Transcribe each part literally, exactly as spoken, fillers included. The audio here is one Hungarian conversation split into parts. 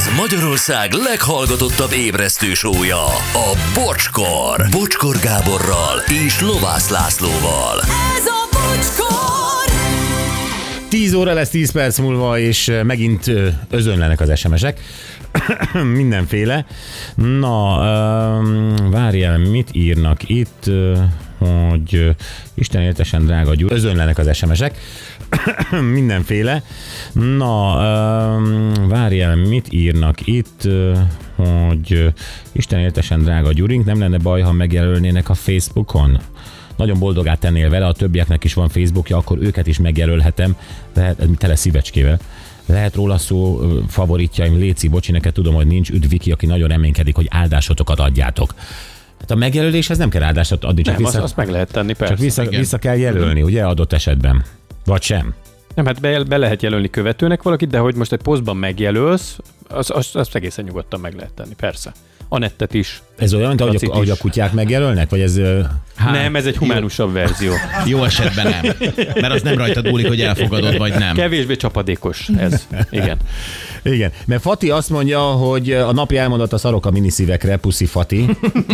Ez Magyarország leghallgatottabb ébresztő show-ja, a Bocskor. Bocskor Gáborral és Lovász Lászlóval. Ez a Bocskor! tíz óra lesz tíz perc múlva, és megint özönlenek az es em esek. Mindenféle. Na, um, várjál, mit írnak itt, hogy Isten éltesen drága Gyuri. Özönlenek az es em esek. Mindenféle. Na, um, várjál, mit írnak itt, hogy Isten éltesen drága Gyurink, nem lenne baj, ha megjelölnének a Facebookon? Nagyon boldogát tennél vele, a többieknek is van Facebookja, akkor őket is megjelölhetem, lehet, tele szívecskével. Lehet róla szó, favoritjaim, Léci, bocsi, neked tudom, hogy nincs, üdv Viki, aki nagyon reménykedik, hogy áldásotokat adjátok. Hát a megjelöléshez nem kell áldást adni, csak nem, vissza, azt, azt meg lehet tenni, persze. Csak vissza, vissza kell jelölni, ugye, adott esetben. Vagy sem. Nem, hát be, be lehet jelölni követőnek valakit, de hogy most egy posztban megjelölsz, azt az, az egészen nyugodtan meg lehet tenni, persze. Anettet is. Ez olyan, mint ahogy a, ahogy a kutyák megjelölnek? Vagy ez... Hát, nem, ez egy humánusabb verzió. Jó esetben nem. Mert az nem rajtad múlik, hogy elfogadod, vagy nem. Kevésbé csapadékos ez. Igen. Igen. Mert Fati azt mondja, hogy a napi elmondat a szarok a miniszívekre, puszi Fati.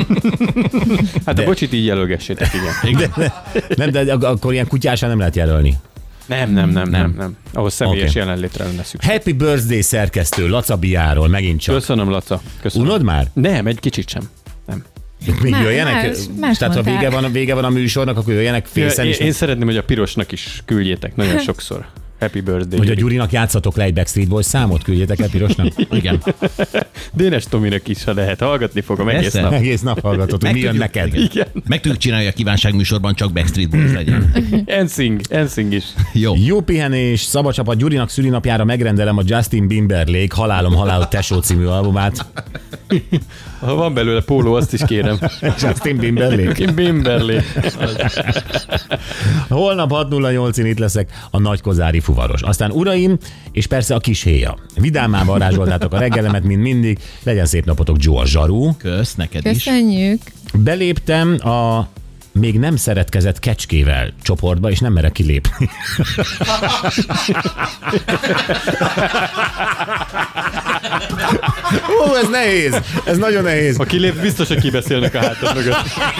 Hát de... a bocsit így jelölgessétek, igen. igen. De, nem, de akkor ilyen kutyásan nem lehet jelölni. Nem, nem, nem, nem, nem. Ahhoz személyes okay. jelenlétre lenne szükség. Happy birthday szerkesztő, Laca Biáról, megint csak. Köszönöm, Laca. Köszönöm. Unod már? Nem, egy kicsit sem. Nem. Még Má, jöjjenek? Más, más Tehát ha vége van, vége van a műsornak, akkor jöjjenek fészen is. Én, én szeretném, hogy a pirosnak is küldjétek nagyon sokszor. Happy birthday. Hogy a Gyurinak játszatok le egy Backstreet Boys számot, küldjetek el pirosnak? Igen. Dénes Tominek is, ha lehet, hallgatni fogom egész Esze? nap. Egész nap hallgatod, hogy mi jön neked. Igen. Meg tudjuk csinálni, hogy a kívánságműsorban csak Backstreet Boys legyen. Ensing, Ensing is. Jó. Jó pihenés, szabadcsapat, Gyurinak szülinapjára megrendelem a Justin Bieberlék Halálom Halálod Tesó című albumát. Ha van belőle póló, azt is kérem. Justin Bieberlék. Bieberlék. Holnap hat nulla nyolcin itt leszek, a nagykozári fuvaros. Aztán uraim, és persze a kis héja. Vidámán varázsoltátok a reggelemet, mint mindig. Legyen szép napotok, Joe Zsaru. Kösz, neked is. Köszönjük. Beléptem a még nem szeretkezett kecskével csoportba, és nem merek kilépni. Ó, ez nehéz. Ez nagyon nehéz. Ha kilép, biztos, hogy kibeszélnek a hátad mögött.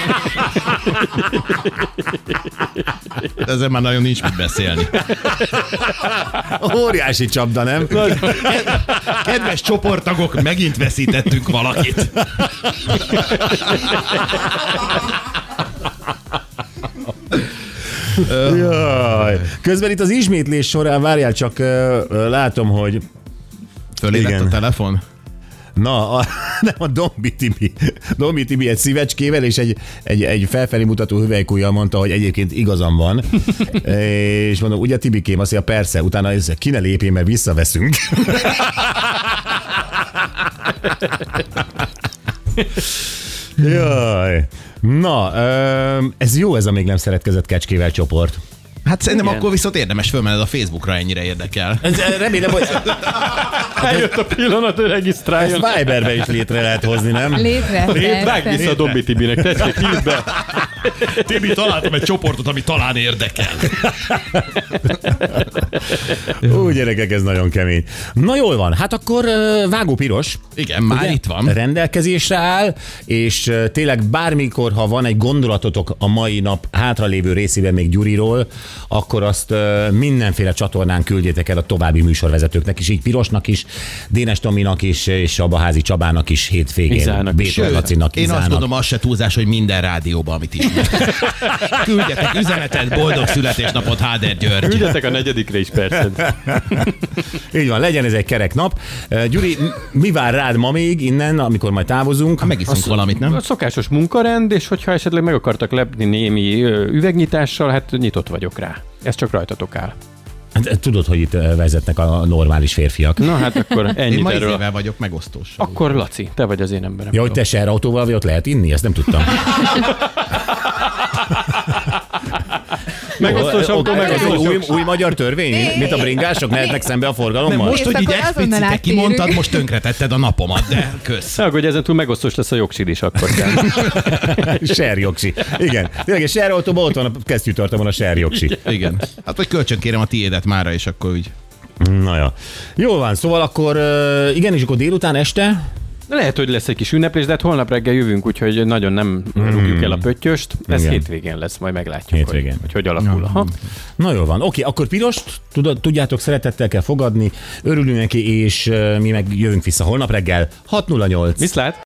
Ezzel már nagyon nincs mit beszélni. Óriási csapda, nem? Kedves csoporttagok, megint veszítettünk valakit. Jaj. Közben itt az ismétlés során, várjál csak, látom, hogy... Fölé lett a telefon? Na, a, nem a Dombi Tibi. Dombi Tibi egy szívecskével és egy, egy, egy felfelé mutató hüvelykújjal mondta, hogy egyébként igazam van. És mondom, ugye Tibikém, azt mondja, persze, utána ez ki ne lépjén, mert visszaveszünk. Jaj. Na, ez jó, ez a még nem szeretkezett kecskével csoport. Hát szerintem igen. Akkor viszont érdemes fölmenned a Facebookra, ennyire érdekel. Ez, remélem, hogy... Eljött a pillanat, hogy regisztráljon. Ezt Viberbe is létre lehet hozni, nem? Létre, Vágj vissza a Dombi Tibinek, tessék, hívd be. Tibi, találtam egy csoportot, ami talán érdekel. Ó, gyerekek, ez nagyon kemény. Na jól van, hát akkor Vágó Piros. Igen, már ugye, itt van. Rendelkezésre áll, és tényleg bármikor, ha van egy gondolatotok a mai nap hátralévő részében még Gyuriról, akkor azt mindenféle csatornán küldjétek el a további műsorvezetőknek is, így Pirosnak is, Dénes Tominak is, és Abaházi Csabának is hétvégén. Izának is. Bétor Lacinak, Én azt mondom, az se túlzás, hogy minden rádióban, amit ismer. Küldjetek üzenetet, boldog születésnapot, Háder György. Küldjetek a negyedikre is, persze. Így van, legyen ez egy kerek nap. Gyuri, mi vár rád ma még innen, amikor majd távozunk? Ha megiszunk Azt, valamit, nem? A szokásos munkarend, és hogyha esetleg meg akartak lepni némi üvegnyitással, hát nyitott vagyok rá. Ez csak rajtatok áll. Hát, tudod, hogy itt vezetnek a normális férfiak. Na hát akkor ennyit én ma erről. Én vagyok megosztós. Akkor Laci, te vagy az én emberem. Ja, hogy te serautóval vagy, ott lehet inni? Ezt nem tudtam. Megosztós autó, megosztós. Új, új magyar törvény? Mint a bringások mehetnek szembe a forgalommal? Most, hogy így explicite kimondtad, most tönkretetted a napomat, de kösz. Na, hogy ezen túl megosztós lesz a jogsid is akkor kell. Serjogsi. Igen. Tényleg egy serautóban ott van a kesztyűtartamon a serjogsi. Igen. Hát vagy kölcsön kérem a tiédet mára, és akkor úgy Na ja. Jól van, szóval akkor uh, igen, és akkor délután, este? Lehet, hogy lesz egy kis ünneplés, de hát holnap reggel jövünk, úgyhogy nagyon nem mm. rúgjuk el a pöttyöst. Ez Igen. hétvégén lesz, majd meglátjuk, Hétvégén. hogy, hogy hogy alakul. Aha. Na jól van. Oké, akkor pirost, tud- tudjátok, szeretettel kell fogadni, örülünk neki, és uh, mi meg jövünk vissza holnap reggel, hat nulla nyolc. Viszlát!